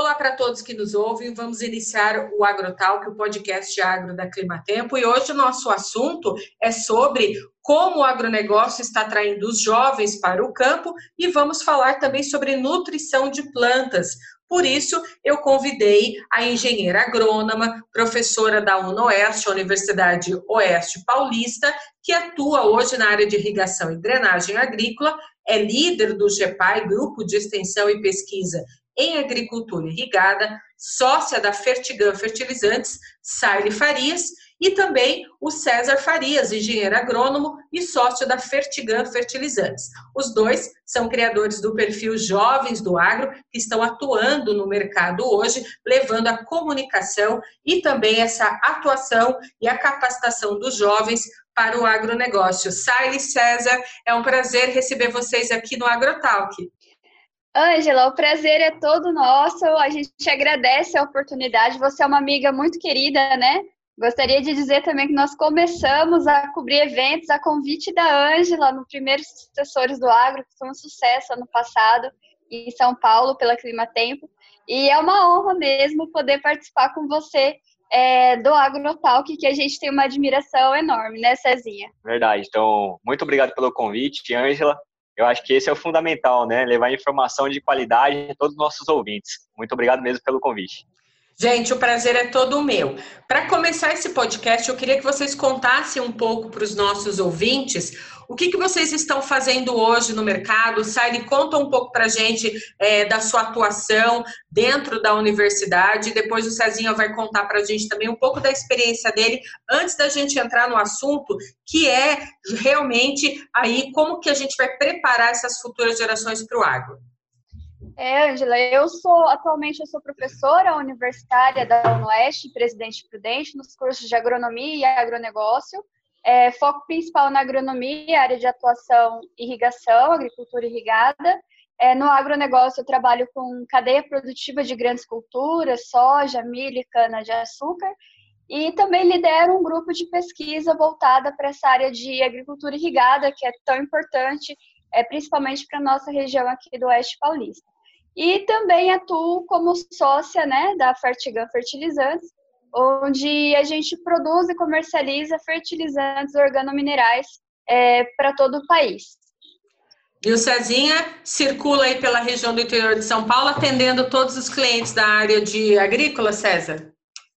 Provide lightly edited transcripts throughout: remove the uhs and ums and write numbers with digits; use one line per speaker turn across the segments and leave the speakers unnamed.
Olá para todos que nos ouvem, vamos iniciar o AgroTalk, o podcast agro da Climatempo, e hoje o nosso assunto é sobre como o agronegócio está atraindo os jovens para o campo e vamos falar também sobre nutrição de plantas. Por isso, eu convidei a engenheira agrônoma, professora da UNOeste, Universidade Oeste Paulista, que atua hoje na área de irrigação e drenagem agrícola, é líder do GEPAI, Grupo de Extensão e Pesquisa em Agricultura Irrigada, sócia da Fertigam Fertilizantes, Saile Farias, e também o César Farias, engenheiro agrônomo e sócio da Fertigam Fertilizantes. Os dois são criadores do perfil Jovens do Agro, que estão atuando no mercado hoje, levando a comunicação e também essa atuação e a capacitação dos jovens para o agronegócio. Saile e César, é um prazer receber vocês aqui no AgroTalk.
Ângela, o prazer é todo nosso, a gente agradece a oportunidade, você é uma amiga muito querida, né? Gostaria de dizer também que nós começamos a cobrir eventos a convite da Ângela no primeiro Sucessores do Agro, que foi um sucesso ano passado em São Paulo pela Climatempo, e é uma honra mesmo poder participar com você do AgroTalk, que a gente tem uma admiração enorme, né, Cezinha?
Verdade, então muito obrigado pelo convite, Ângela. Eu acho que esse é o fundamental, né? Levar informação de qualidade a todos os nossos ouvintes. Muito obrigado mesmo pelo convite.
Gente, o prazer é todo meu. Para começar esse podcast, eu queria que vocês contassem um pouco para os nossos ouvintes o que vocês estão fazendo hoje no mercado. Saile, conta um pouco para a gente da sua atuação dentro da universidade. Depois o Cezinha vai contar para a gente também um pouco da experiência dele, antes da gente entrar no assunto, que é realmente aí como que a gente vai preparar essas futuras gerações para o agro.
Ângela, atualmente eu sou professora universitária da UNOeste, Presidente Prudente, nos cursos de agronomia e agronegócio. Foco principal na agronomia, área de atuação irrigação, agricultura irrigada. No agronegócio eu trabalho com cadeia produtiva de grandes culturas, soja, milho e cana-de-açúcar. E também lidero um grupo de pesquisa voltada para essa área de agricultura irrigada, que é tão importante, principalmente para a nossa região aqui do Oeste Paulista. E também atuo como sócia, né, da Fertigam Fertilizantes, onde a gente produz e comercializa fertilizantes organominerais para todo o país.
E o Cezinha circula aí pela região do interior de São Paulo, atendendo todos os clientes da área de agrícola, César?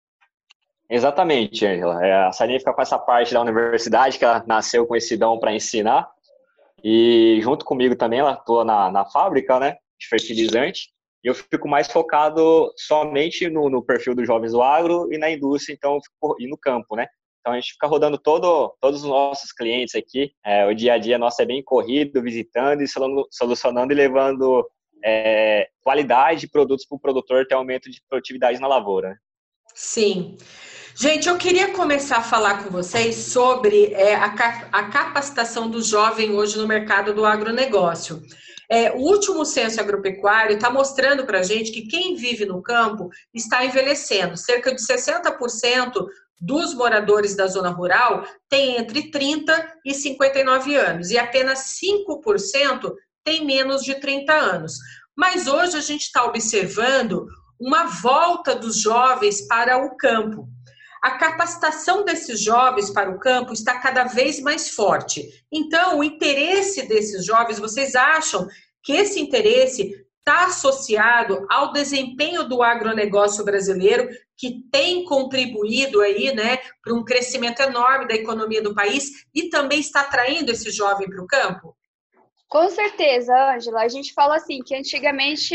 Exatamente, Ângela. A Sarinha fica com essa parte da universidade, que ela nasceu com esse dom para ensinar. E junto comigo também, ela atua na fábrica, né, de fertilizante. E eu fico mais focado somente no perfil dos jovens do agro e na indústria, então, e no campo, né? Então, a gente fica rodando todos os nossos clientes aqui. O dia a dia nosso é bem corrido, visitando e solucionando e levando qualidade de produtos para o produtor ter aumento de produtividade na lavoura.
Sim. Gente, eu queria começar a falar com vocês sobre a capacitação do jovem hoje no mercado do agronegócio. O último censo agropecuário está mostrando para a gente que quem vive no campo está envelhecendo. Cerca de 60% dos moradores da zona rural têm entre 30 e 59 anos e apenas 5% têm menos de 30 anos. Mas hoje a gente está observando uma volta dos jovens para o campo. A capacitação desses jovens para o campo está cada vez mais forte. Então, o interesse desses jovens, vocês acham que esse interesse está associado ao desempenho do agronegócio brasileiro, que tem contribuído aí, né, para um crescimento enorme da economia do país e também está atraindo esse jovem para o campo?
Com certeza, Ângela. A gente fala assim, que antigamente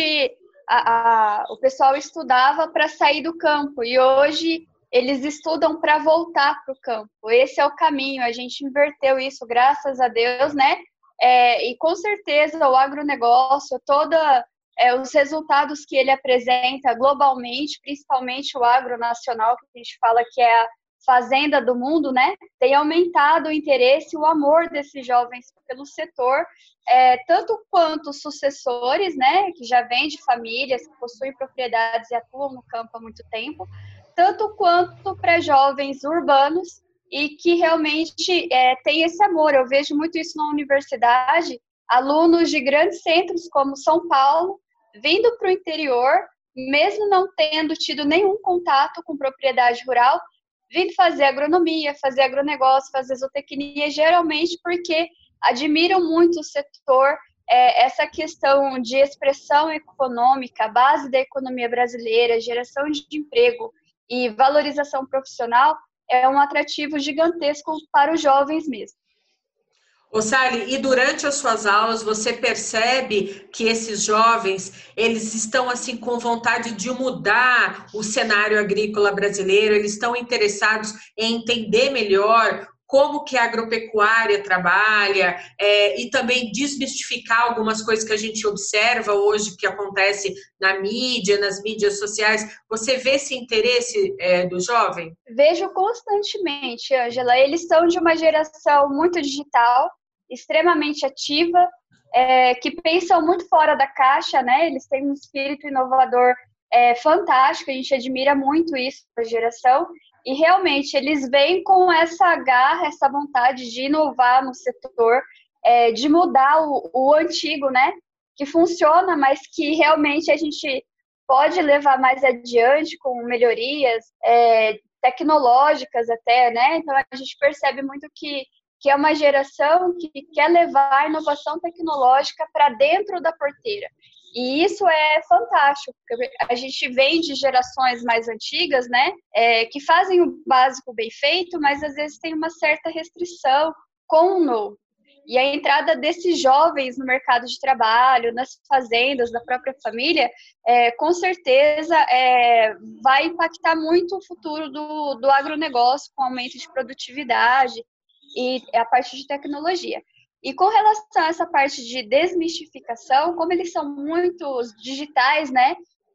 o pessoal estudava para sair do campo e hoje eles estudam para voltar para o campo. Esse é o caminho, a gente inverteu isso, graças a Deus, né? E com certeza o agronegócio, os resultados que ele apresenta globalmente, principalmente o agronacional, que a gente fala que é a fazenda do mundo, né? Tem aumentado o interesse e o amor desses jovens pelo setor, tanto quanto sucessores, né? Que já vêm de famílias, que possuem propriedades e atuam no campo há muito tempo, tanto quanto para jovens urbanos e que realmente têm esse amor. Eu vejo muito isso na universidade, alunos de grandes centros como São Paulo, vindo para o interior mesmo não tendo tido nenhum contato com propriedade rural, vindo fazer agronomia, fazer agronegócio, fazer zootecnia, geralmente porque admiram muito o setor, essa questão de expressão econômica, a base da economia brasileira, geração de emprego e valorização profissional, é um atrativo gigantesco para os jovens mesmo.
Ô Sally, e durante as suas aulas você percebe que esses jovens, eles estão assim com vontade de mudar o cenário agrícola brasileiro, eles estão interessados em entender melhor como que a agropecuária trabalha, e também desmistificar algumas coisas que a gente observa hoje que acontece na mídia, nas mídias sociais. Você vê esse interesse do jovem?
Vejo constantemente, Ângela. Eles são de uma geração muito digital, extremamente ativa, que pensam muito fora da caixa, né? Eles têm um espírito inovador fantástico, a gente admira muito isso da geração. E realmente eles vêm com essa garra, essa vontade de inovar no setor, de mudar o antigo, né? Que funciona, mas que realmente a gente pode levar mais adiante com melhorias tecnológicas até, né? Então a gente percebe muito que é uma geração que quer levar a inovação tecnológica para dentro da porteira. E isso é fantástico, porque a gente vem de gerações mais antigas, né, que fazem o básico bem feito, mas às vezes tem uma certa restrição com o novo. E a entrada desses jovens no mercado de trabalho, nas fazendas, da própria família, com certeza vai impactar muito o futuro do agronegócio, com aumento de produtividade e a parte de tecnologia. E com relação a essa parte de desmistificação, como eles são muito digitais, né?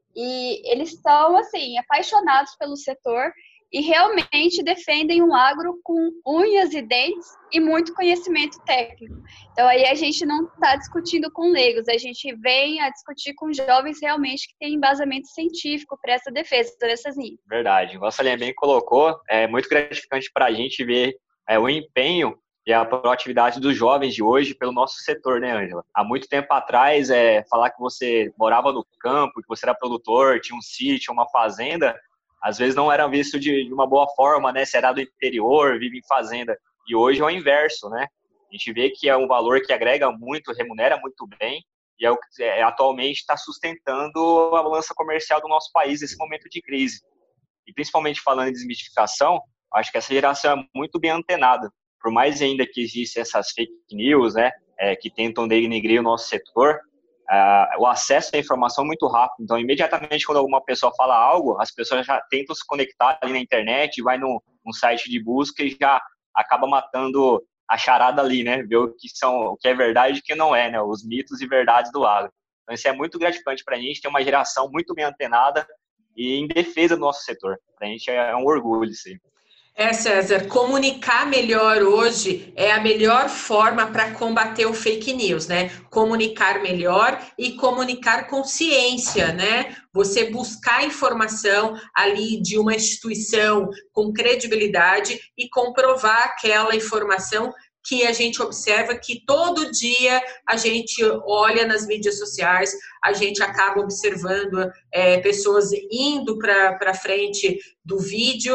E eles estão, assim, apaixonados pelo setor e realmente defendem um agro com unhas e dentes e muito conhecimento técnico. Então, aí a gente não está discutindo com leigos, a gente vem a discutir com jovens realmente que têm embasamento científico para essa defesa dessas linhas.
Verdade. Igual a Salinha bem colocou, é muito gratificante para a gente ver o empenho e a proatividade dos jovens de hoje pelo nosso setor, né, Ângela? Há muito tempo atrás, falar que você morava no campo, que você era produtor, tinha um sítio, uma fazenda, às vezes não era visto de uma boa forma, né? Você era do interior, vive em fazenda. E hoje é o inverso, né? A gente vê que é um valor que agrega muito, remunera muito bem, e é o que atualmente está sustentando a balança comercial do nosso país nesse momento de crise. E principalmente falando em desmistificação, acho que essa geração é muito bem antenada. Por mais ainda que existem essas fake news, né, que tentam denegrir o nosso setor, o acesso à informação é muito rápido. Então, imediatamente, quando alguma pessoa fala algo, as pessoas já tentam se conectar ali na internet, vai num site de busca e já acaba matando a charada ali, né? Ver o que é verdade e o que não é, né? Os mitos e verdades do agro. Então, isso é muito gratificante para a gente, ter uma geração muito bem antenada e em defesa do nosso setor. Para a gente é um orgulho isso aí.
César, comunicar melhor hoje é a melhor forma para combater o fake news, né? Comunicar melhor e comunicar com ciência, né? Você buscar informação ali de uma instituição com credibilidade e comprovar aquela informação que a gente observa que todo dia a gente olha nas mídias sociais, a gente acaba observando pessoas indo para frente do vídeo,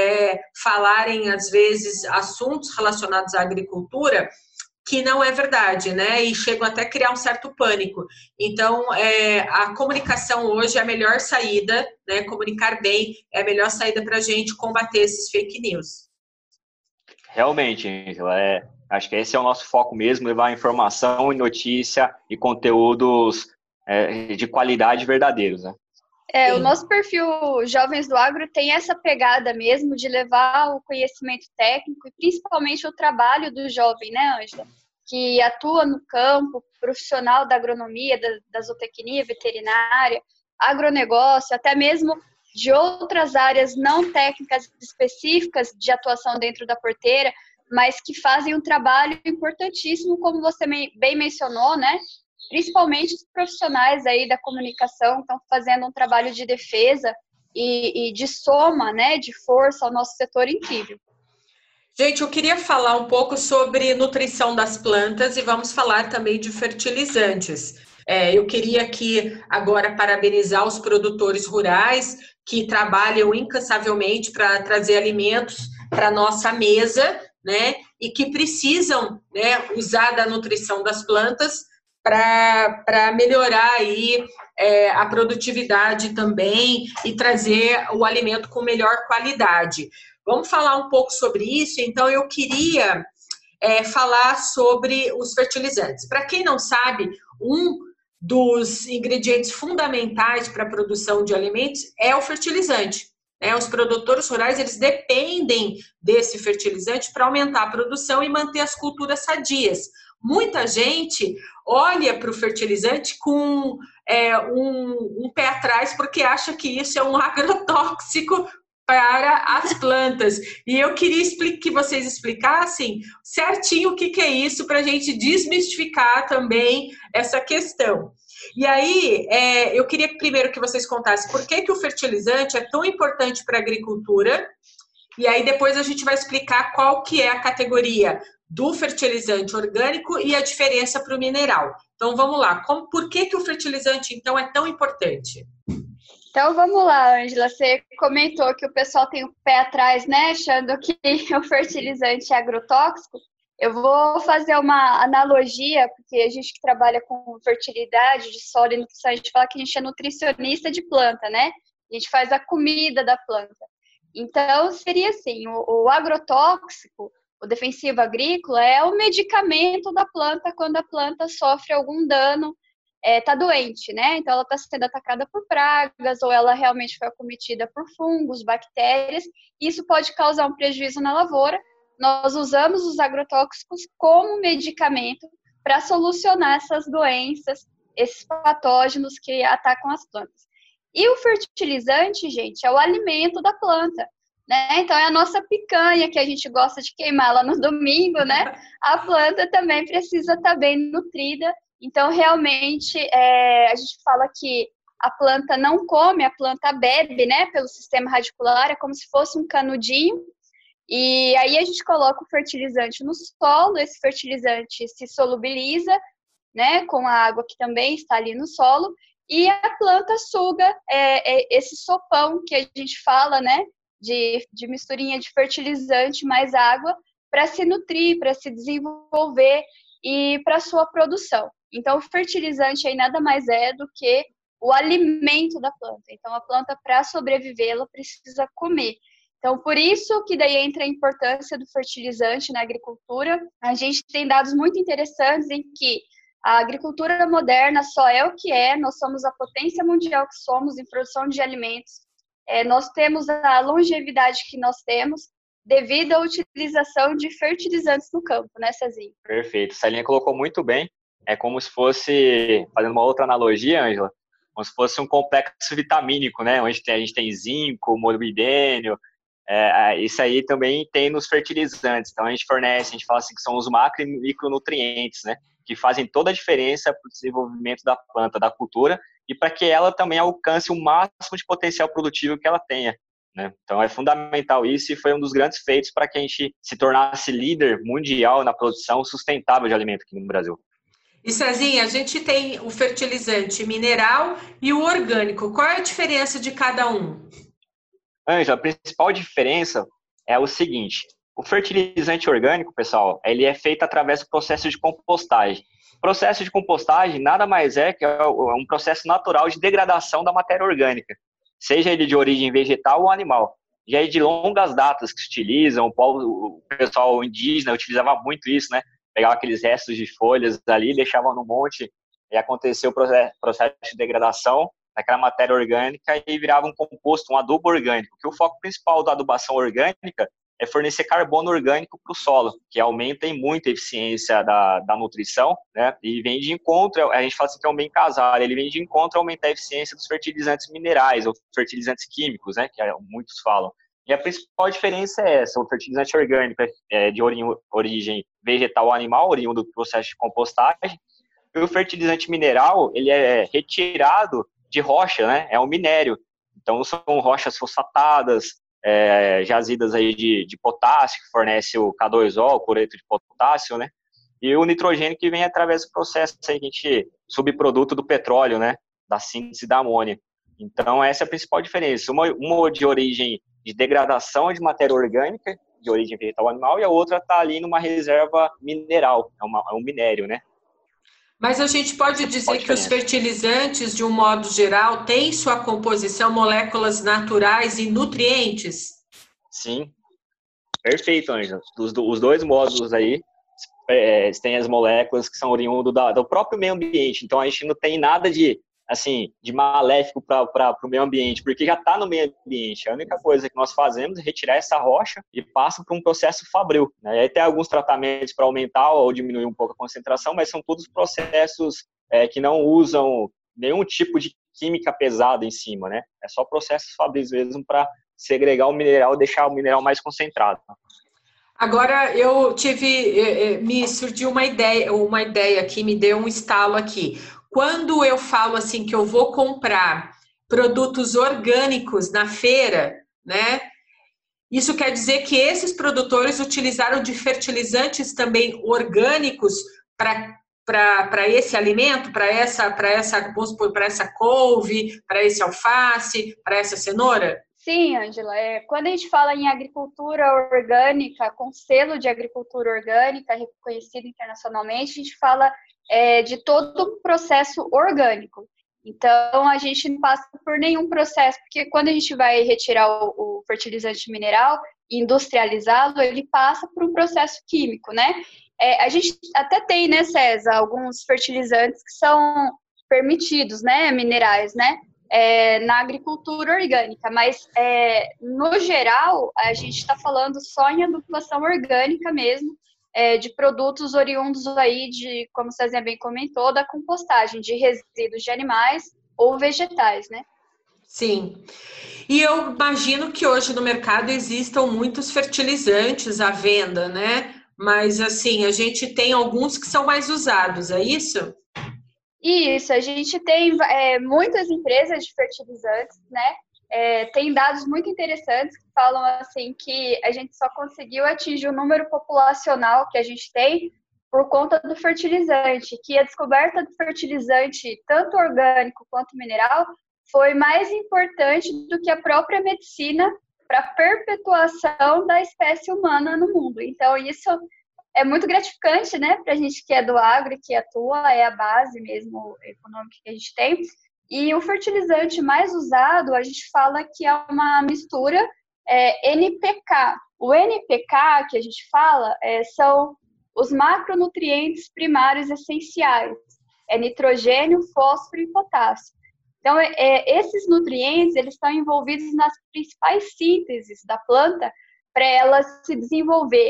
falarem, às vezes, assuntos relacionados à agricultura que não é verdade, né? E chegam até a criar um certo pânico. Então, a comunicação hoje é a melhor saída, né? Comunicar bem é a melhor saída para a gente combater esses fake news.
Realmente, Angela, acho que esse é o nosso foco mesmo, levar informação e notícia e conteúdos de qualidade verdadeiros, né?
O nosso perfil Jovens do Agro tem essa pegada mesmo de levar o conhecimento técnico e principalmente o trabalho do jovem, né, Ângela? Que atua no campo, profissional da agronomia, da zootecnia, veterinária, agronegócio, até mesmo de outras áreas não técnicas específicas de atuação dentro da porteira, mas que fazem um trabalho importantíssimo, como você bem mencionou, né? Principalmente os profissionais aí da comunicação estão fazendo um trabalho de defesa e de soma, né, de força ao nosso setor incrível.
Gente, eu queria falar um pouco sobre nutrição das plantas e vamos falar também de fertilizantes. Eu queria aqui agora parabenizar os produtores rurais que trabalham incansavelmente para trazer alimentos para a nossa mesa, né? E que precisam, né, usar da nutrição das plantas para melhorar aí a produtividade também e trazer o alimento com melhor qualidade. Vamos falar um pouco sobre isso. Então, eu queria falar sobre os fertilizantes. Para quem não sabe, um dos ingredientes fundamentais para a produção de alimentos é o fertilizante. Os produtores rurais, eles dependem desse fertilizante para aumentar a produção e manter as culturas sadias. Muita gente olha para o fertilizante com um pé atrás porque acha que isso é um agrotóxico para as plantas. E eu queria que vocês explicassem certinho o que é isso, para a gente desmistificar também essa questão. E aí, eu queria primeiro que vocês contassem por que o fertilizante é tão importante para a agricultura, e aí depois a gente vai explicar qual que é a categoria do fertilizante orgânico e a diferença para o mineral. Então, vamos lá. Por que o fertilizante, então, é tão importante?
Então, vamos lá, Ângela. Você comentou que o pessoal tem o pé atrás, né? Achando que o fertilizante é agrotóxico. Eu vou fazer uma analogia, porque a gente que trabalha com fertilidade de solo e nutrição, a gente fala que a gente é nutricionista de planta, né? A gente faz a comida da planta. Então, seria assim, o agrotóxico, o defensivo agrícola, é o medicamento da planta quando a planta sofre algum dano, está doente, né? Então, ela está sendo atacada por pragas ou ela realmente foi acometida por fungos, bactérias. Isso pode causar um prejuízo na lavoura. Nós usamos os agrotóxicos como medicamento para solucionar essas doenças, esses patógenos que atacam as plantas. E o fertilizante, gente, é o alimento da planta, né? Então, é a nossa picanha que a gente gosta de queimar lá no domingo, né? A planta também precisa estar bem nutrida. Então, realmente, a gente fala que a planta não come, a planta bebe, né? Pelo sistema radicular, é como se fosse um canudinho. E aí a gente coloca o fertilizante no solo, esse fertilizante se solubiliza, né, com a água que também está ali no solo, e a planta suga esse sopão que a gente fala, né, de misturinha de fertilizante mais água, para se nutrir, para se desenvolver e para a sua produção. Então, o fertilizante aí nada mais é do que o alimento da planta. Então, a planta, para sobreviver, ela precisa comer. Então, por isso que daí entra a importância do fertilizante na agricultura. A gente tem dados muito interessantes em que a agricultura moderna só é o que é, nós somos a potência mundial que somos em produção de alimentos. Nós temos a longevidade que nós temos devido à utilização de fertilizantes no campo, né, Cezinho?
Perfeito. Celinha colocou muito bem. É como se fosse, fazendo uma outra analogia, Ângela, como se fosse um complexo vitamínico, né? Onde a gente tem zinco, molibdênio. Isso aí também tem nos fertilizantes. Então, a gente fala assim que são os macro e micronutrientes, né? Que fazem toda a diferença para o desenvolvimento da planta, da cultura, e para que ela também alcance o máximo de potencial produtivo que ela tenha, né? Então, é fundamental isso e foi um dos grandes feitos para que a gente se tornasse líder mundial na produção sustentável de alimento aqui no Brasil.
E Cezinha, a gente tem o fertilizante mineral e o orgânico. Qual é a diferença de cada um?
Ângela, a principal diferença é o seguinte: o fertilizante orgânico, pessoal, ele é feito através do processo de compostagem. O processo de compostagem nada mais é que um processo natural de degradação da matéria orgânica, seja ele de origem vegetal ou animal. Já é de longas datas que se utilizam, o pessoal indígena utilizava muito isso, né? Pegava aqueles restos de folhas ali, deixavam no monte e aconteceu o processo de degradação daquela matéria orgânica e virava um composto, um adubo orgânico, que o foco principal da adubação orgânica é fornecer carbono orgânico para o solo, que aumenta muito a eficiência da nutrição, né? E vem de encontro, a gente fala assim que é um bem casado, ele vem de encontro a aumentar a eficiência dos fertilizantes minerais ou fertilizantes químicos, né? Que muitos falam. E a principal diferença é essa: o fertilizante orgânico é de origem vegetal ou animal, oriundo do processo de compostagem, e o fertilizante mineral, ele é retirado de rocha, né? É um minério. Então, são rochas fosfatadas, jazidas aí de potássio, que fornece o K2O, o cloreto de potássio, né? e o nitrogênio que vem através do processo aí, que a gente, subproduto do petróleo, né, da síntese da amônia. Então, essa é a principal diferença. Uma de origem de degradação de matéria orgânica, de origem vegetal ou animal, e a outra está ali numa reserva mineral, é um minério, né?
Mas a gente pode dizer que os fertilizantes, de um modo geral, têm sua composição moléculas naturais e nutrientes?
Sim, perfeito, Ângela. Os dois módulos aí, têm as moléculas que são oriundas do próprio meio ambiente. Então, a gente não tem nada de maléfico para o meio ambiente, porque já está no meio ambiente. A única coisa que nós fazemos é retirar essa rocha e passa para um processo fabril, né? E aí tem alguns tratamentos para aumentar ou diminuir um pouco a concentração, mas são todos processos que não usam nenhum tipo de química pesada em cima, né? É só processos fabris mesmo para segregar o mineral e deixar o mineral mais concentrado.
Agora, me surgiu uma ideia aqui, me deu um estalo aqui. Quando eu falo assim que eu vou comprar produtos orgânicos na feira, né? Isso quer dizer que esses produtores utilizaram de fertilizantes também orgânicos para esse alimento, para essa couve, para esse alface, para essa cenoura?
Sim, Ângela. Quando a gente fala em agricultura orgânica, com selo de agricultura orgânica reconhecido internacionalmente, a gente fala de todo um processo orgânico. Então, a gente não passa por nenhum processo, porque quando a gente vai retirar o fertilizante mineral e industrializá-lo, ele passa por um processo químico, né? A gente até tem, né, César, alguns fertilizantes que são permitidos, né, minerais, né? Na agricultura orgânica, mas no geral a gente está falando só em adubulação orgânica mesmo, de produtos oriundos aí de, como o César bem comentou, da compostagem de resíduos de animais ou vegetais, né?
Sim. E eu imagino que hoje no mercado existam muitos fertilizantes à venda, né? Mas assim, a gente tem alguns que são mais usados, é isso?
Isso, a gente tem muitas empresas de fertilizantes, né? Tem dados muito interessantes que falam assim que a gente só conseguiu atingir o número populacional que a gente tem por conta do fertilizante, que a descoberta do fertilizante, tanto orgânico quanto mineral, foi mais importante do que a própria medicina para a perpetuação da espécie humana no mundo. Então, isso é muito gratificante, né, para a gente que é do agro e que atua, é a base mesmo econômica que a gente tem. E o fertilizante mais usado, a gente fala que é uma mistura NPK. O NPK que a gente fala são os macronutrientes primários essenciais. É nitrogênio, fósforo e potássio. Então, esses nutrientes, eles estão envolvidos nas principais sínteses da planta para ela se desenvolver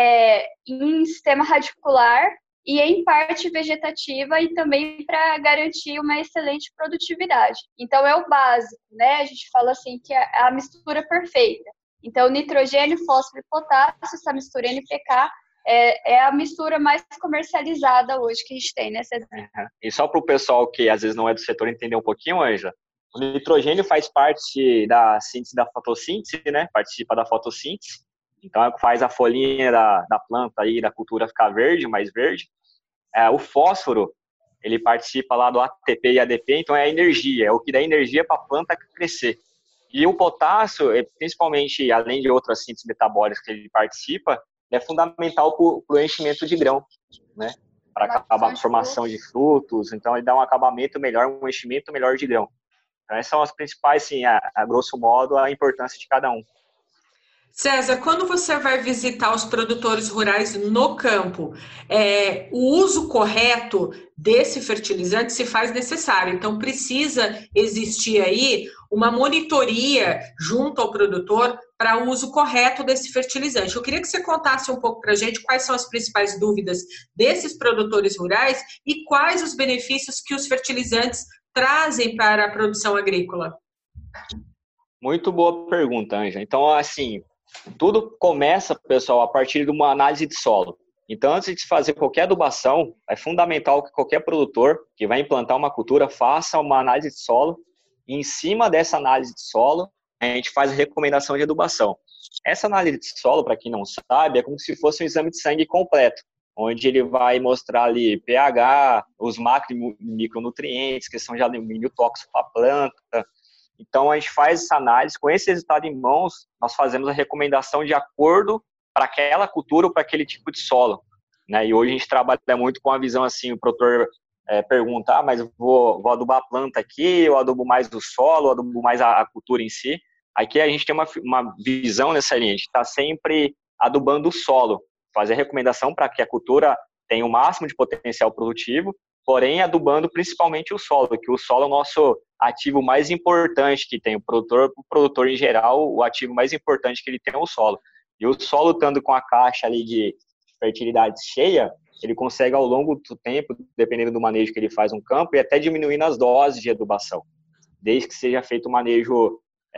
em sistema radicular e em parte vegetativa e também para garantir uma excelente produtividade. Então, é o básico, né? A gente fala assim que é a mistura perfeita. Então, nitrogênio, fósforo e potássio, essa mistura NPK, é a mistura mais comercializada hoje que a gente tem, né, César?
E só para o pessoal que às vezes não é do setor entender um pouquinho, Ângela, o nitrogênio faz parte da síntese da fotossíntese, né? Participa da fotossíntese. Então, faz a folhinha da planta aí, da cultura ficar verde, mais verde. O fósforo, ele participa lá do ATP e ADP, então é a energia, é o que dá energia para a planta crescer. E o potássio, principalmente, além de outras síntese metabólicas que ele participa, é fundamental para o enchimento de grão, né? Para acabar a formação de frutos, então ele dá um acabamento melhor, um enchimento melhor de grão. Então, essas são as principais, assim, a grosso modo, a importância de cada um.
César, quando você vai visitar os produtores rurais no campo, o uso correto desse fertilizante se faz necessário. Então, precisa existir aí uma monitoria junto ao produtor para o uso correto desse fertilizante. Eu queria que você contasse um pouco para a gente quais são as principais dúvidas desses produtores rurais e quais os benefícios que os fertilizantes trazem para a produção agrícola.
Muito boa pergunta, Ângela. Então, assim, tudo começa, pessoal, a partir de uma análise de solo. Então, antes de fazer qualquer adubação, é fundamental que qualquer produtor que vai implantar uma cultura faça uma análise de solo e, em cima dessa análise de solo, a gente faz a recomendação de adubação. Essa análise de solo, para quem não sabe, é como se fosse um exame de sangue completo. onde ele vai mostrar ali pH, os macro e micronutrientes, questão de alumínio tóxico para a planta. Então, a gente faz essa análise, com esse resultado em mãos, nós fazemos a recomendação de acordo para aquela cultura ou para aquele tipo de solo, né? E hoje a gente trabalha muito com a visão assim, o produtor pergunta, mas eu vou adubar a planta aqui, eu adubo mais o solo, eu adubo mais a cultura em si. Aqui a gente tem uma visão nessa linha, a gente está sempre adubando o solo, fazer recomendação para que a cultura tenha o máximo de potencial produtivo, porém adubando principalmente o solo, que o solo é o nosso ativo mais importante que tem. O produtor em geral, o ativo mais importante que ele tem é o solo. E o solo, estando com a caixa ali de fertilidade cheia, ele consegue ao longo do tempo, dependendo do manejo que ele faz no campo, e até diminuindo as doses de adubação, desde que seja feito o manejo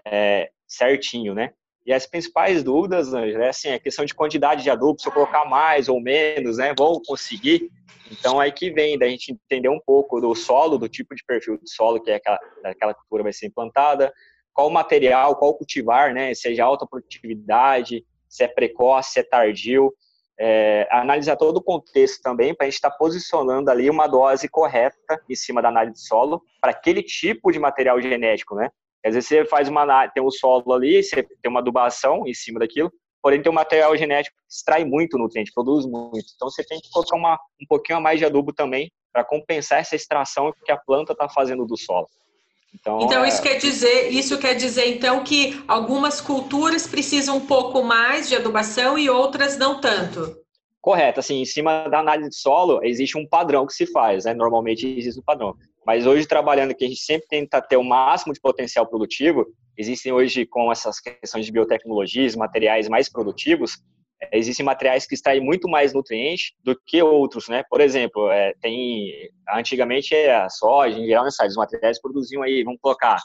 certinho, né? E as principais dúvidas, Ângela, é assim, a questão de quantidade de adubo, se eu colocar mais ou menos, né, vou conseguir. Então, aí que vem da gente entender um pouco do solo, do tipo de perfil de solo que aquela cultura vai ser implantada, qual o material, qual o cultivar, né, se é de alta produtividade, se é precoce, se é tardio. Analisar todo o contexto também para a gente estar posicionando ali uma dose correta em cima da análise de solo para aquele tipo de material genético, né? Às vezes você tem um solo ali, você tem uma adubação em cima daquilo, porém tem um material genético que extrai muito nutriente, produz muito. Então você tem que colocar um pouquinho a mais de adubo também para compensar essa extração que a planta está fazendo do solo.
Então isso quer dizer então que algumas culturas precisam um pouco mais de adubação e outras não tanto.
Correto, assim, em cima da análise de solo, existe um padrão que se faz, né? Normalmente existe um padrão. Mas hoje, trabalhando que a gente sempre tenta ter o máximo de potencial produtivo, existem hoje, com essas questões de biotecnologias, materiais mais produtivos, existem materiais que extraem muito mais nutrientes do que outros, né? Por exemplo, antigamente a soja, em geral, os materiais produziam aí, vamos colocar,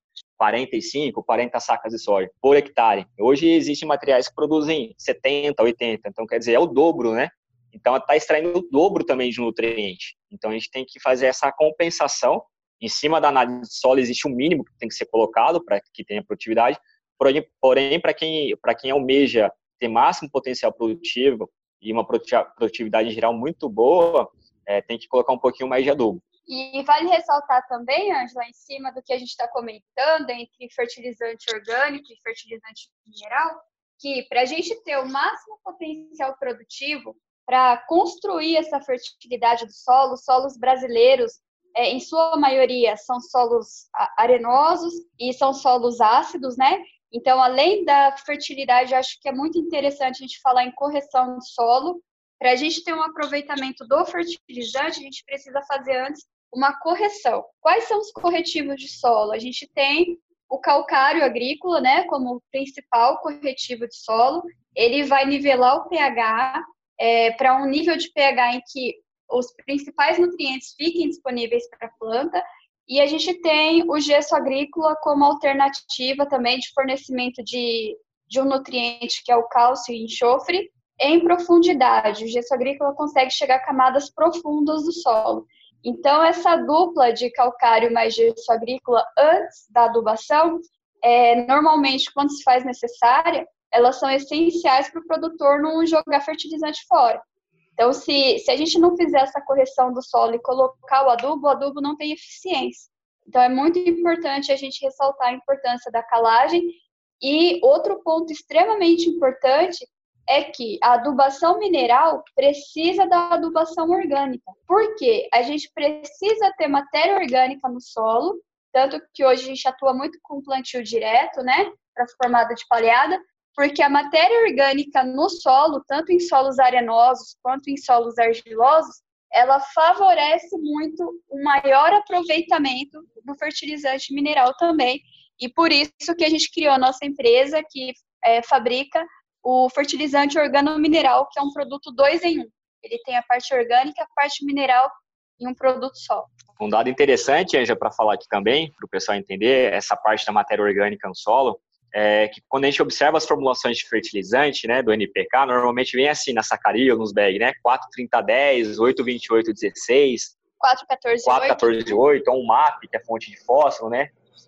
45, 40 sacas de soja por hectare. Hoje existem materiais que produzem 70, 80, então quer dizer, é o dobro, né? Então está extraindo o dobro também de nutriente. Então a gente tem que fazer essa compensação. Em cima da análise de solo existe um mínimo que tem que ser colocado para que tenha produtividade, porém para quem almeja ter máximo potencial produtivo e uma produtividade em geral muito boa, tem que colocar um pouquinho mais de adubo.
E vale ressaltar também, Ângela, em cima do que a gente está comentando, entre fertilizante orgânico e fertilizante mineral, que para a gente ter o máximo potencial produtivo, para construir essa fertilidade do solo, os solos brasileiros, em sua maioria, são solos arenosos e são solos ácidos, né? Então, além da fertilidade, acho que é muito interessante a gente falar em correção de solo. Para a gente ter um aproveitamento do fertilizante, a gente precisa fazer antes uma correção. Quais são os corretivos de solo? A gente tem o calcário agrícola, né, como principal corretivo de solo. Ele vai nivelar o pH para um nível de pH em que os principais nutrientes fiquem disponíveis para a planta. E a gente tem o gesso agrícola como alternativa também de fornecimento de um nutriente que é o cálcio e enxofre em profundidade. O gesso agrícola consegue chegar a camadas profundas do solo. Então, essa dupla de calcário mais gesso agrícola antes da adubação, normalmente, quando se faz necessária, elas são essenciais para o produtor não jogar fertilizante fora. Então, se a gente não fizer essa correção do solo e colocar o adubo não tem eficiência. Então, é muito importante a gente ressaltar a importância da calagem. E outro ponto extremamente importante é que a adubação mineral precisa da adubação orgânica. Por quê? A gente precisa ter matéria orgânica no solo, tanto que hoje a gente atua muito com plantio direto, né, para formada de palhada, porque a matéria orgânica no solo, tanto em solos arenosos quanto em solos argilosos, ela favorece muito o maior aproveitamento do fertilizante mineral também. E por isso que a gente criou a nossa empresa, que fabrica o fertilizante organomineral, que é um produto 2 em 1. Ele tem a parte orgânica e a parte mineral em um produto só.
Um dado interessante, Anja, para falar aqui também, para o pessoal entender essa parte da matéria orgânica no solo, é que quando a gente observa as formulações de fertilizante, né, do NPK, normalmente vem assim na sacaria ou nos bags, né, 4,30,10, 8,28,16, 4,14,8, ou um MAP, que é fonte de fósforo, né?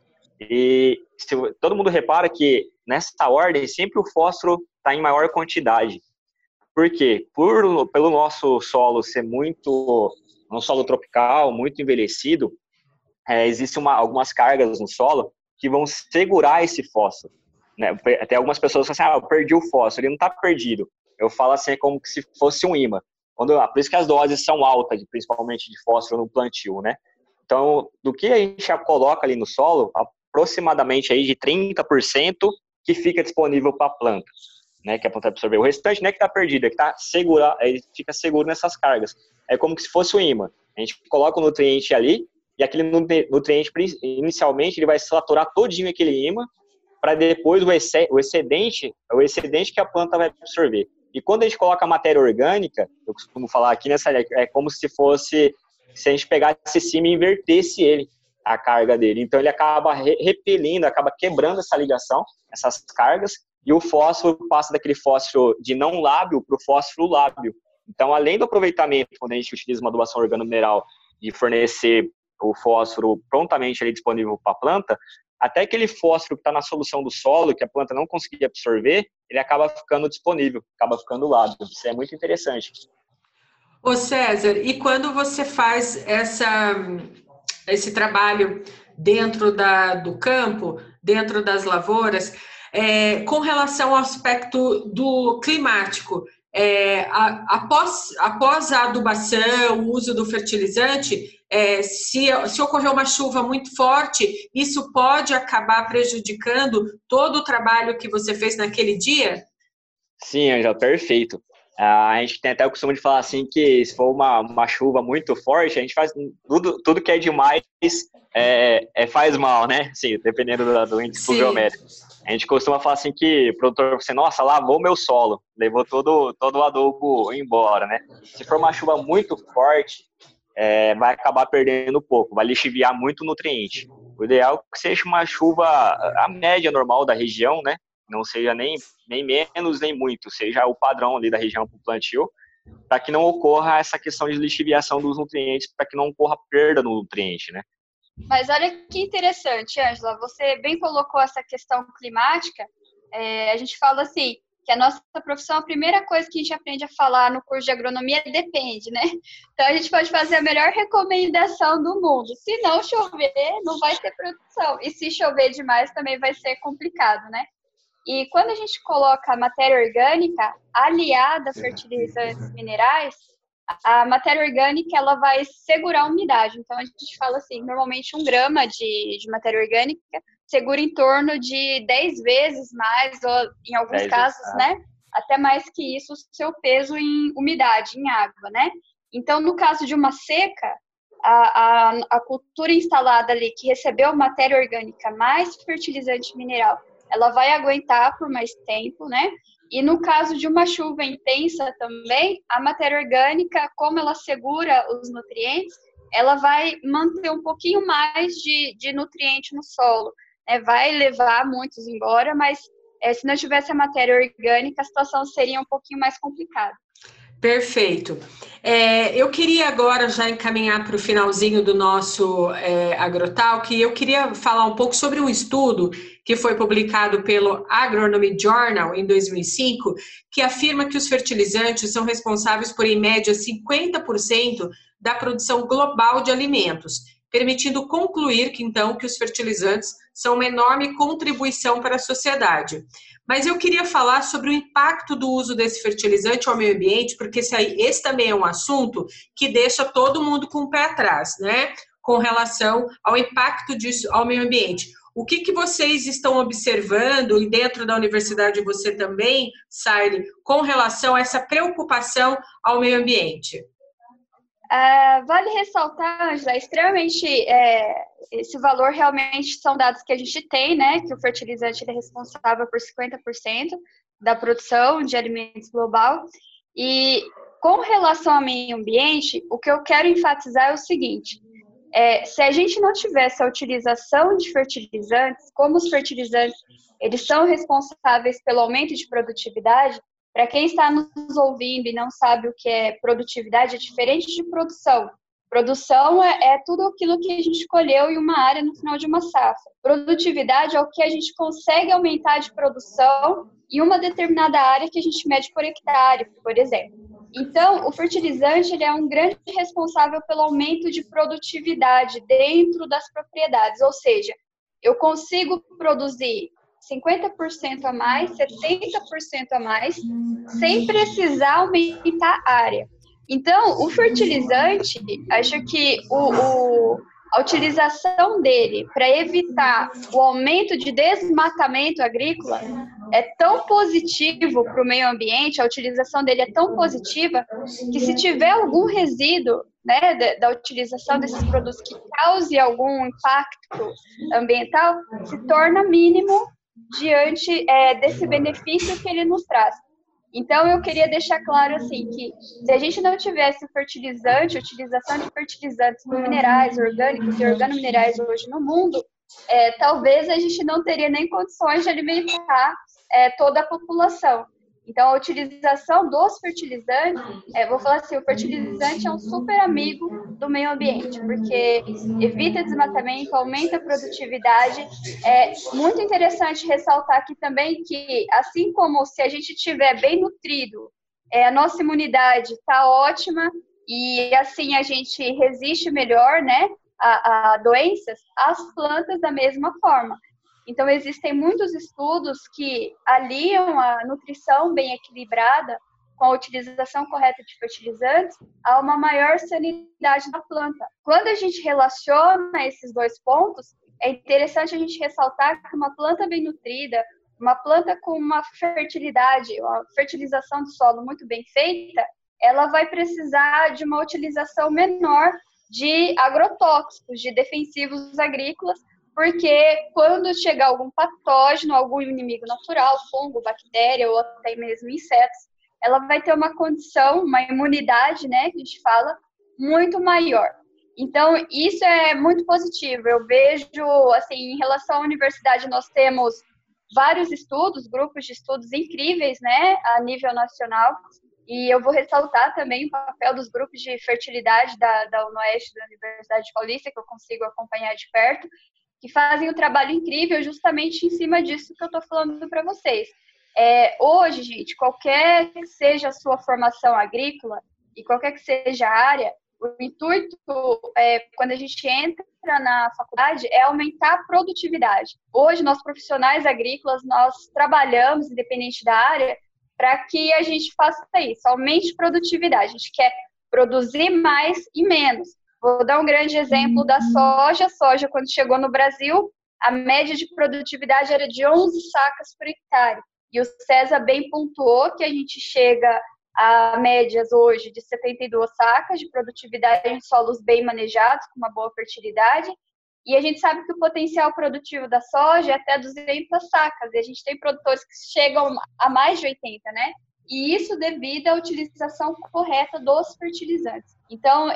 E todo mundo repara que nessa ordem sempre o fósforo está em maior quantidade. Por quê? Pelo nosso solo ser um solo tropical, muito envelhecido, existem algumas cargas no solo que vão segurar esse fósforo. Né? Até algumas pessoas falam assim, eu perdi o fósforo. Ele não está perdido. Eu falo assim, é como se fosse um ímã. Por isso que as doses são altas, principalmente de fósforo no plantio, né? Então, do que a gente já coloca ali no solo, aproximadamente aí de 30% que fica disponível para a planta, né? Que a planta absorver. O restante não é que está perdido, é que tá seguro, ele fica seguro nessas cargas. É como se fosse um ímã. A gente coloca o nutriente ali, e aquele nutriente, inicialmente, ele vai saturar todinho aquele ímã, para depois o excedente que a planta vai absorver. E quando a gente coloca a matéria orgânica, eu costumo falar aqui é como se a gente pegasse esse ímã e invertesse a carga dele. Então ele acaba repelindo, acaba quebrando essa ligação, essas cargas, e o fósforo passa daquele fósforo de não lábio para o fósforo lábio. Então, além do aproveitamento, quando a gente utiliza uma adubação organomineral de fornecer o fósforo prontamente ali disponível para a planta, até aquele fósforo que está na solução do solo, que a planta não conseguia absorver, ele acaba ficando disponível, acaba ficando lábio. Isso é muito interessante.
Ô César, e quando você faz esse trabalho dentro do campo, dentro das lavouras, com relação ao aspecto do climático, após a adubação, o uso do fertilizante, se ocorrer uma chuva muito forte, isso pode acabar prejudicando todo o trabalho que você fez naquele dia?
Sim, Angela, perfeito. A gente tem até o costume de falar assim que se for uma chuva muito forte, a gente faz tudo que é demais faz mal, né? Sim, dependendo do índice pluviométrico. A gente costuma falar assim que o produtor fala assim, nossa, lavou meu solo, levou todo o adubo embora, né? Se for uma chuva muito forte, vai acabar perdendo um pouco, vai lixiviar muito o nutriente. O ideal é que seja uma chuva, a média normal da região, né? Não seja nem menos nem muito, seja o padrão ali da região para o plantio, para que não ocorra essa questão de lixiviação dos nutrientes, para que não ocorra perda no nutriente, né?
Mas olha que interessante, Ângela, você bem colocou essa questão climática. A gente fala assim, que a nossa profissão, a primeira coisa que a gente aprende a falar no curso de agronomia depende, né? Então, a gente pode fazer a melhor recomendação do mundo. Se não chover, não vai ter produção. E se chover demais, também vai ser complicado, né? E quando a gente coloca a matéria orgânica aliada a fertilizantes minerais, a matéria orgânica ela vai segurar a umidade. Então, a gente fala assim, normalmente 1 grama de matéria orgânica segura em torno de 10 vezes mais, ou em alguns casos, né, até mais que isso, o seu peso em umidade, em água, né? Então, no caso de uma seca, a cultura instalada ali, que recebeu matéria orgânica mais fertilizante mineral, ela vai aguentar por mais tempo, né? E no caso de uma chuva intensa também, a matéria orgânica, como ela segura os nutrientes, ela vai manter um pouquinho mais de nutriente no solo. Vai levar muitos embora, mas se não tivesse a matéria orgânica, a situação seria um pouquinho mais complicada.
Perfeito. Eu queria agora já encaminhar para o finalzinho do nosso AgroTalk, e eu queria falar um pouco sobre um estudo que foi publicado pelo Agronomy Journal em 2005, que afirma que os fertilizantes são responsáveis por, em média, 50% da produção global de alimentos, permitindo concluir que os fertilizantes são uma enorme contribuição para a sociedade. Mas eu queria falar sobre o impacto do uso desse fertilizante ao meio ambiente, porque esse também é um assunto que deixa todo mundo com o pé atrás, né? Com relação ao impacto disso ao meio ambiente. O que vocês estão observando, e dentro da universidade você também, Saile, com relação a essa preocupação ao meio ambiente?
Vale ressaltar, Angela, extremamente, esse valor realmente são dados que a gente tem, né, que o fertilizante ele é responsável por 50% da produção de alimentos global. E com relação ao meio ambiente, o que eu quero enfatizar é o seguinte, se a gente não tivesse a utilização de fertilizantes, como os fertilizantes eles são responsáveis pelo aumento de produtividade, para quem está nos ouvindo e não sabe o que é produtividade, é diferente de produção. Produção é tudo aquilo que a gente colheu em uma área no final de uma safra. Produtividade é o que a gente consegue aumentar de produção em uma determinada área que a gente mede por hectare, por exemplo. Então, o fertilizante ele é um grande responsável pelo aumento de produtividade dentro das propriedades, ou seja, eu consigo produzir 50% a mais, 70% a mais, sem precisar aumentar a área. Então, o fertilizante, acho que a utilização dele para evitar o aumento de desmatamento agrícola é tão positivo para o meio ambiente, a utilização dele é tão positiva, que se tiver algum resíduo, né, da utilização desses produtos que cause algum impacto ambiental, se torna mínimo diante desse benefício que ele nos traz. Então, eu queria deixar claro, assim, que se a gente não tivesse o fertilizante, a utilização de fertilizantes minerais, orgânicos e organominerais hoje no mundo, talvez a gente não teria nem condições de alimentar toda a população. Então, a utilização dos fertilizantes, vou falar assim, o fertilizante é um super amigo do meio ambiente, porque evita desmatamento, aumenta a produtividade. É muito interessante ressaltar aqui também que, assim como se a gente estiver bem nutrido, a nossa imunidade está ótima e assim a gente resiste melhor, né, a doenças, as plantas da mesma forma. Então, existem muitos estudos que aliam a nutrição bem equilibrada com a utilização correta de fertilizantes a uma maior sanidade da planta. Quando a gente relaciona esses dois pontos, é interessante a gente ressaltar que uma planta bem nutrida, uma planta com uma fertilidade, uma fertilização do solo muito bem feita, ela vai precisar de uma utilização menor de agrotóxicos, de defensivos agrícolas, porque quando chegar algum patógeno, algum inimigo natural, fungo, bactéria ou até mesmo insetos, ela vai ter uma condição, uma imunidade, né, que a gente fala, muito maior. Então, isso é muito positivo. Eu vejo, assim, em relação à universidade, nós temos vários estudos, grupos de estudos incríveis, né, a nível nacional, e eu vou ressaltar também o papel dos grupos de fertilidade da UNOeste, da Universidade Paulista, que eu consigo acompanhar de perto, que fazem um trabalho incrível justamente em cima disso que eu estou falando para vocês. Hoje, gente, qualquer que seja a sua formação agrícola e qualquer que seja a área, o intuito, quando a gente entra na faculdade, é aumentar a produtividade. Hoje, nós profissionais agrícolas, nós trabalhamos, independente da área, para que a gente faça isso, aumente produtividade. A gente quer produzir mais e menos. Vou dar um grande exemplo da soja. A soja, quando chegou no Brasil, a média de produtividade era de 11 sacas por hectare. E o César bem pontuou que a gente chega a médias hoje de 72 sacas de produtividade em solos bem manejados, com uma boa fertilidade. E a gente sabe que o potencial produtivo da soja é até 200 sacas. E a gente tem produtores que chegam a mais de 80, né? E isso devido à utilização correta dos fertilizantes. Então,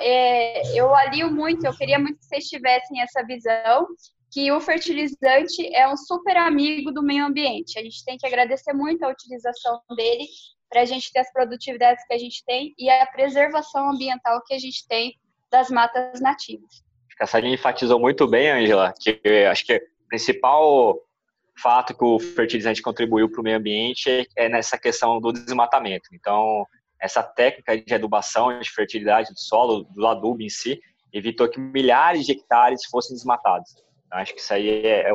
eu alio muito, eu queria muito que vocês tivessem essa visão, que o fertilizante é um super amigo do meio ambiente. A gente tem que agradecer muito a utilização dele para a gente ter as produtividades que a gente tem e a preservação ambiental que a gente tem das matas nativas.
A Sadinha enfatizou muito bem, Ângela, que acho que o principal fato que o fertilizante contribuiu para o meio ambiente é nessa questão do desmatamento. Então, essa técnica de adubação, de fertilidade do solo, do adubo em si, evitou que milhares de hectares fossem desmatados. Então, acho que isso aí é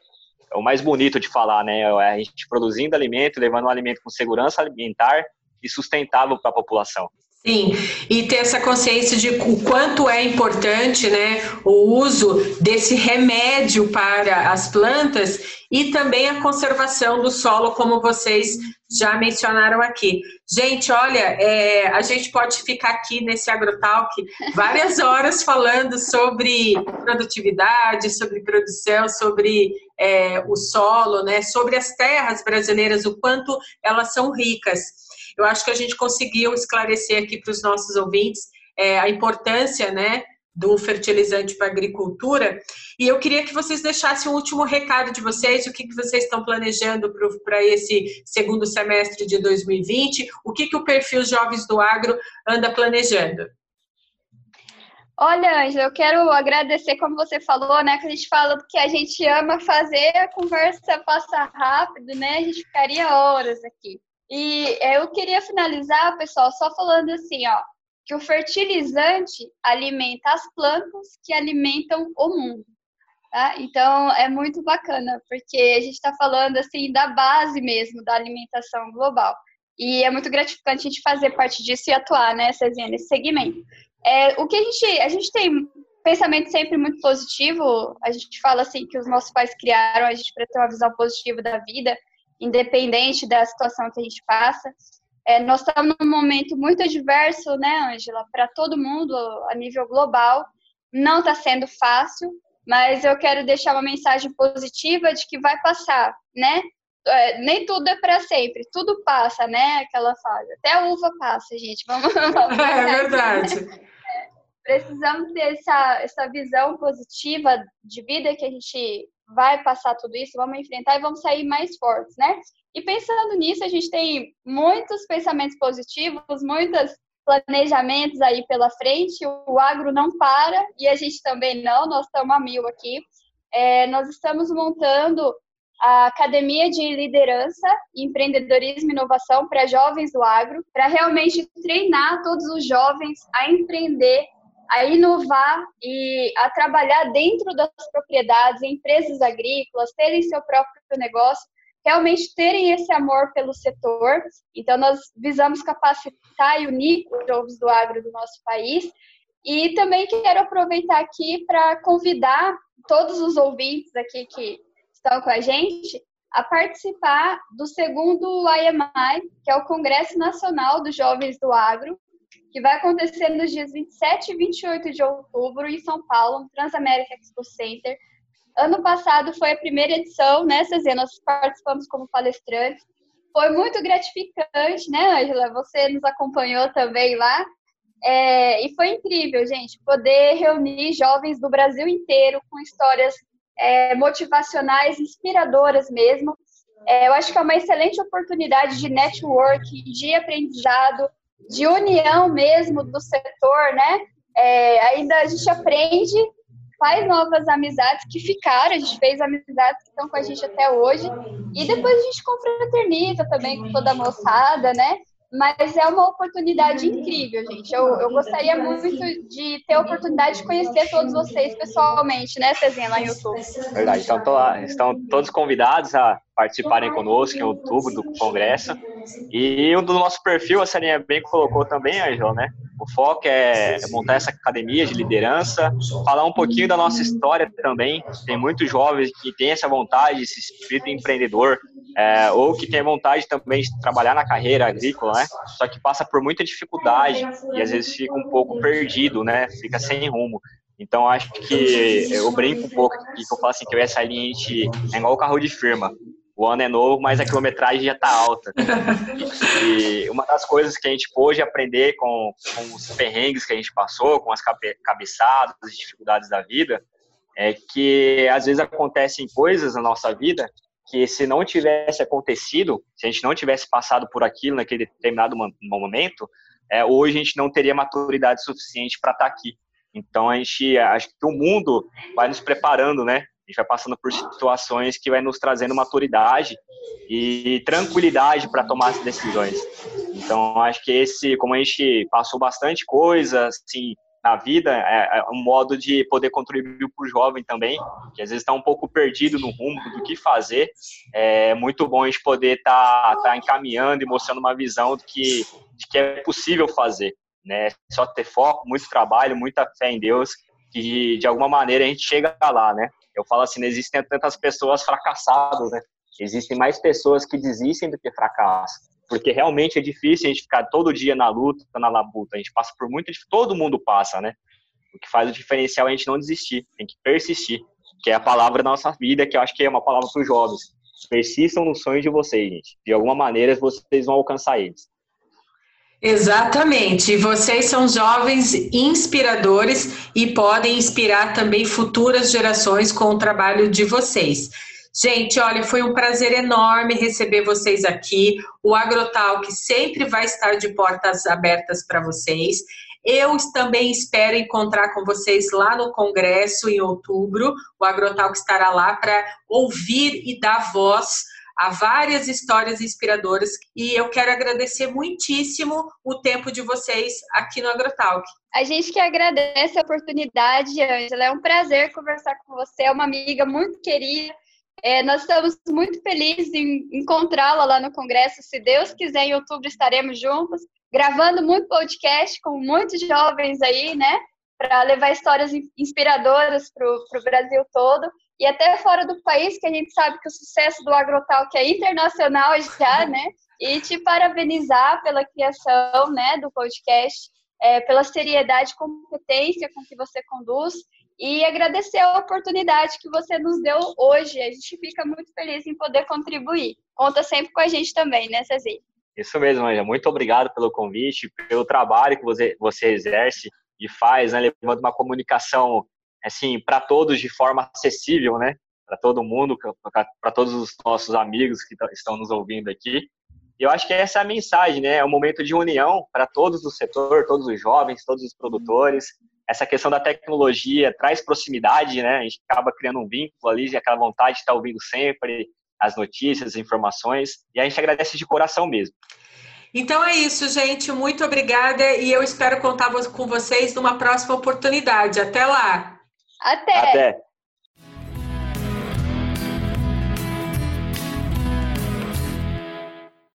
o mais bonito de falar, né? É a gente produzindo alimento, levando um alimento com segurança alimentar e sustentável para a população.
Sim, e ter essa consciência de o quanto é importante, né, o uso desse remédio para as plantas e também a conservação do solo, como vocês já mencionaram aqui. Gente, olha, a gente pode ficar aqui nesse AgroTalk várias horas falando sobre produtividade, sobre produção, sobre o solo, né, sobre as terras brasileiras, o quanto elas são ricas. Eu acho que a gente conseguiu esclarecer aqui para os nossos ouvintes a importância, né, do fertilizante para a agricultura. E eu queria que vocês deixassem um último recado de vocês, o que vocês estão planejando para esse segundo semestre de 2020, o que o perfil Jovens do Agro anda planejando.
Olha, Ângela, eu quero agradecer, como você falou, né, que a gente fala que a gente ama fazer, a conversa passa rápido, né, a gente ficaria horas aqui. E eu queria finalizar, pessoal, só falando assim, ó, que o fertilizante alimenta as plantas que alimentam o mundo, tá? Então, é muito bacana, porque a gente está falando, assim, da base mesmo da alimentação global. E é muito gratificante a gente fazer parte disso e atuar, né, Cezinha, nesse segmento. O que a gente tem pensamento sempre muito positivo, a gente fala assim que os nossos pais criaram a gente para ter uma visão positiva da vida, independente da situação que a gente passa. Nós estamos num momento muito adverso, né, Ângela, para todo mundo a nível global. Não está sendo fácil, mas eu quero deixar uma mensagem positiva de que vai passar, né? Nem tudo é para sempre, tudo passa, né? Aquela fase. Até a uva passa, gente. Vamos
É verdade.
Precisamos ter essa visão positiva de vida que a gente vai passar tudo isso, vamos enfrentar e vamos sair mais fortes, né? E pensando nisso, a gente tem muitos pensamentos positivos, muitos planejamentos aí pela frente, o agro não para e a gente também não, nós estamos a mil aqui. Nós estamos montando a Academia de Liderança, Empreendedorismo e Inovação para jovens do agro, para realmente treinar todos os jovens a empreender, a inovar e a trabalhar dentro das propriedades, em empresas agrícolas, terem seu próprio negócio, realmente terem esse amor pelo setor. Então, nós visamos capacitar e unir os jovens do agro do nosso país. E também quero aproveitar aqui para convidar todos os ouvintes aqui que estão com a gente a participar do segundo IMI, que é o Congresso Nacional dos Jovens do Agro, que vai acontecer nos dias 27 e 28 de outubro em São Paulo, no Transamérica Expo Center. Ano passado foi a primeira edição, né, Cezinha? Nós participamos como palestrantes. Foi muito gratificante, né, Ângela? Você nos acompanhou também lá. E foi incrível, gente, poder reunir jovens do Brasil inteiro com histórias motivacionais, inspiradoras mesmo. Eu acho que é uma excelente oportunidade de network, de aprendizado, de união mesmo do setor, né? Ainda a gente aprende, faz novas amizades que ficaram, a gente fez amizades que estão com a gente até hoje, e depois a gente confraterniza também com toda a moçada, né? Mas é uma oportunidade incrível, gente. Eu gostaria muito de ter a oportunidade de conhecer todos vocês pessoalmente, né, Cezinha, lá no YouTube.
Verdade, então estão todos convidados a participarem conosco em outubro do congresso. E o do nosso perfil, a Cezinha bem colocou também, Ângela, né? O foco é montar essa academia de liderança, falar um pouquinho da nossa história também. Tem muitos jovens que têm essa vontade, esse espírito empreendedor, ou que tem vontade também de trabalhar na carreira agrícola, né? Só que passa por muita dificuldade e às vezes fica um pouco perdido, né? Fica sem rumo. Então, acho que eu brinco um pouco aqui, que eu falo assim, que essa linha é igual o carro de firma. O ano é novo, mas a quilometragem já está alta. E uma das coisas que a gente pôde aprender com os perrengues que a gente passou, com as cabeçadas, as dificuldades da vida, é que às vezes acontecem coisas na nossa vida que se não tivesse acontecido, se a gente não tivesse passado por aquilo naquele determinado momento, hoje a gente não teria maturidade suficiente para estar aqui. Então, acho que o mundo vai nos preparando, né? A gente vai passando por situações que vai nos trazendo maturidade e tranquilidade para tomar as decisões. Então, acho que como a gente passou bastante coisa, assim, na vida, é um modo de poder contribuir para o jovem também, que às vezes está um pouco perdido no rumo do que fazer. É muito bom a gente poder estar encaminhando e mostrando uma visão de que é possível fazer, né? Só ter foco, muito trabalho, muita fé em Deus, que de alguma maneira a gente chega lá, né? Eu falo assim, não existem tantas pessoas fracassadas, né? Existem mais pessoas que desistem do que fracassam, porque realmente é difícil a gente ficar todo dia na luta, na labuta. A gente passa por todo mundo passa, né? O que faz o diferencial é a gente não desistir, tem que persistir, que é a palavra da nossa vida, que eu acho que é uma palavra para os jovens. Persistam nos sonhos de vocês, gente. De alguma maneira vocês vão alcançar eles.
Exatamente, vocês são jovens inspiradores e podem inspirar também futuras gerações com o trabalho de vocês. Gente, olha, foi um prazer enorme receber vocês aqui. O Agrotalk sempre vai estar de portas abertas para vocês. Eu também espero encontrar com vocês lá no Congresso em outubro. O Agrotalk estará lá para ouvir e dar voz a várias histórias inspiradoras, e eu quero agradecer muitíssimo o tempo de vocês aqui no Agrotalk.
A gente que agradece a oportunidade, Ângela. É um prazer conversar com você, é uma amiga muito querida. Nós estamos muito felizes em encontrá-la lá no Congresso. Se Deus quiser, em outubro estaremos juntos, gravando muito podcast com muitos jovens aí, né? Para levar histórias inspiradoras para o Brasil todo e até fora do país, que a gente sabe que o sucesso do Agrotalk é internacional já, né? E te parabenizar pela criação, né, do podcast, pela seriedade e competência com que você conduz, e agradecer a oportunidade que você nos deu hoje. A gente fica muito feliz em poder contribuir. Conta sempre com a gente também, né, Cezinha?
Isso mesmo, Anja. Muito obrigado pelo convite, pelo trabalho que você exerce e faz, né, levando uma comunicação assim para todos de forma acessível, né, para todo mundo, para todos os nossos amigos que estão nos ouvindo aqui. E eu acho que essa é a mensagem, né? É um momento de união para todos do setor, todos os jovens, todos os produtores. Essa questão da tecnologia traz proximidade, né? A gente acaba criando um vínculo ali, aquela vontade de estar ouvindo sempre as notícias, as informações. E a gente agradece de coração mesmo.
Então é isso, gente. Muito obrigada e eu espero contar com vocês numa próxima oportunidade. Até lá!
Até!